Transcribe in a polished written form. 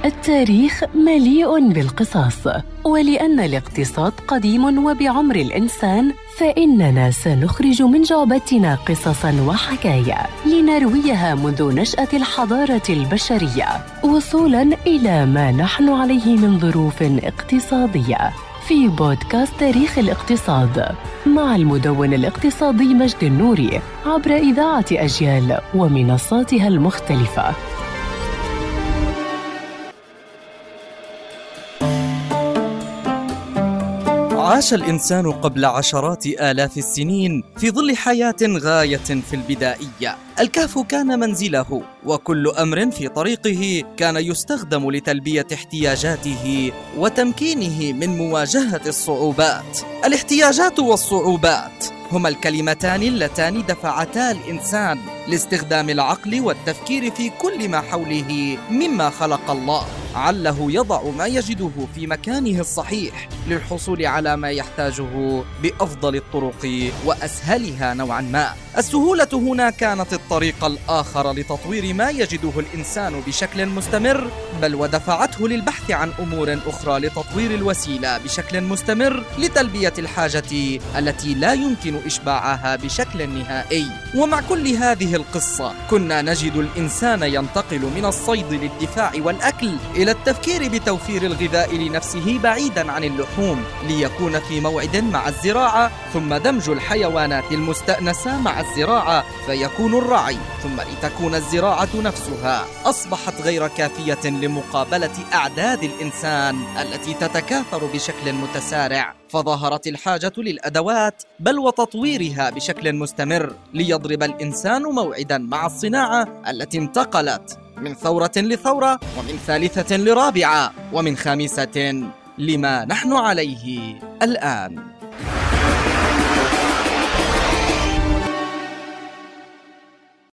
التاريخ مليء بالقصص، ولأن الاقتصاد قديم وبعمر الإنسان، فإننا سنخرج من جعبتنا قصصاً وحكايا لنرويها منذ نشأة الحضارة البشرية وصولاً إلى ما نحن عليه من ظروف اقتصادية، في بودكاست تاريخ الاقتصاد مع المدون الاقتصادي مجد النوري عبر إذاعة أجيال ومنصاتها المختلفة. عاش الإنسان قبل عشرات آلاف السنين في ظل حياة غاية في البدائية. الكهف كان منزله، وكل أمر في طريقه كان يستخدم لتلبية احتياجاته وتمكينه من مواجهة الصعوبات. الاحتياجات والصعوبات هما الكلمتان اللتان دفعتا الإنسان لاستخدام العقل والتفكير في كل ما حوله مما خلق الله، عله يضع ما يجده في مكانه الصحيح للحصول على ما يحتاجه بأفضل الطرق وأسهلها نوعا ما. السهولة هنا كانت الطريق الآخر لتطوير ما يجده الإنسان بشكل مستمر، بل ودفعته للبحث عن أمور أخرى لتطوير الوسيلة بشكل مستمر لتلبية الحاجة التي لا يمكن إشباعها بشكل نهائي. ومع كل هذه القصة كنا نجد الإنسان ينتقل من الصيد للدفاع والأكل إلى التفكير بتوفير الغذاء لنفسه بعيدا عن اللحوم، ليكون في موعد مع الزراعة، ثم دمج الحيوانات المستأنسة مع الزراعة فيكون الرعي، ثم لتكون الزراعة نفسها أصبحت غير كافية لمقابلة أعداد الإنسان التي تتكاثر بشكل متسارع، فظهرت الحاجة للأدوات بل وتطويرها بشكل مستمر ليضرب الإنسان موعدا مع الصناعة التي انتقلت من ثورة لثورة، ومن ثالثة لرابعة، ومن خامسة لما نحن عليه الآن.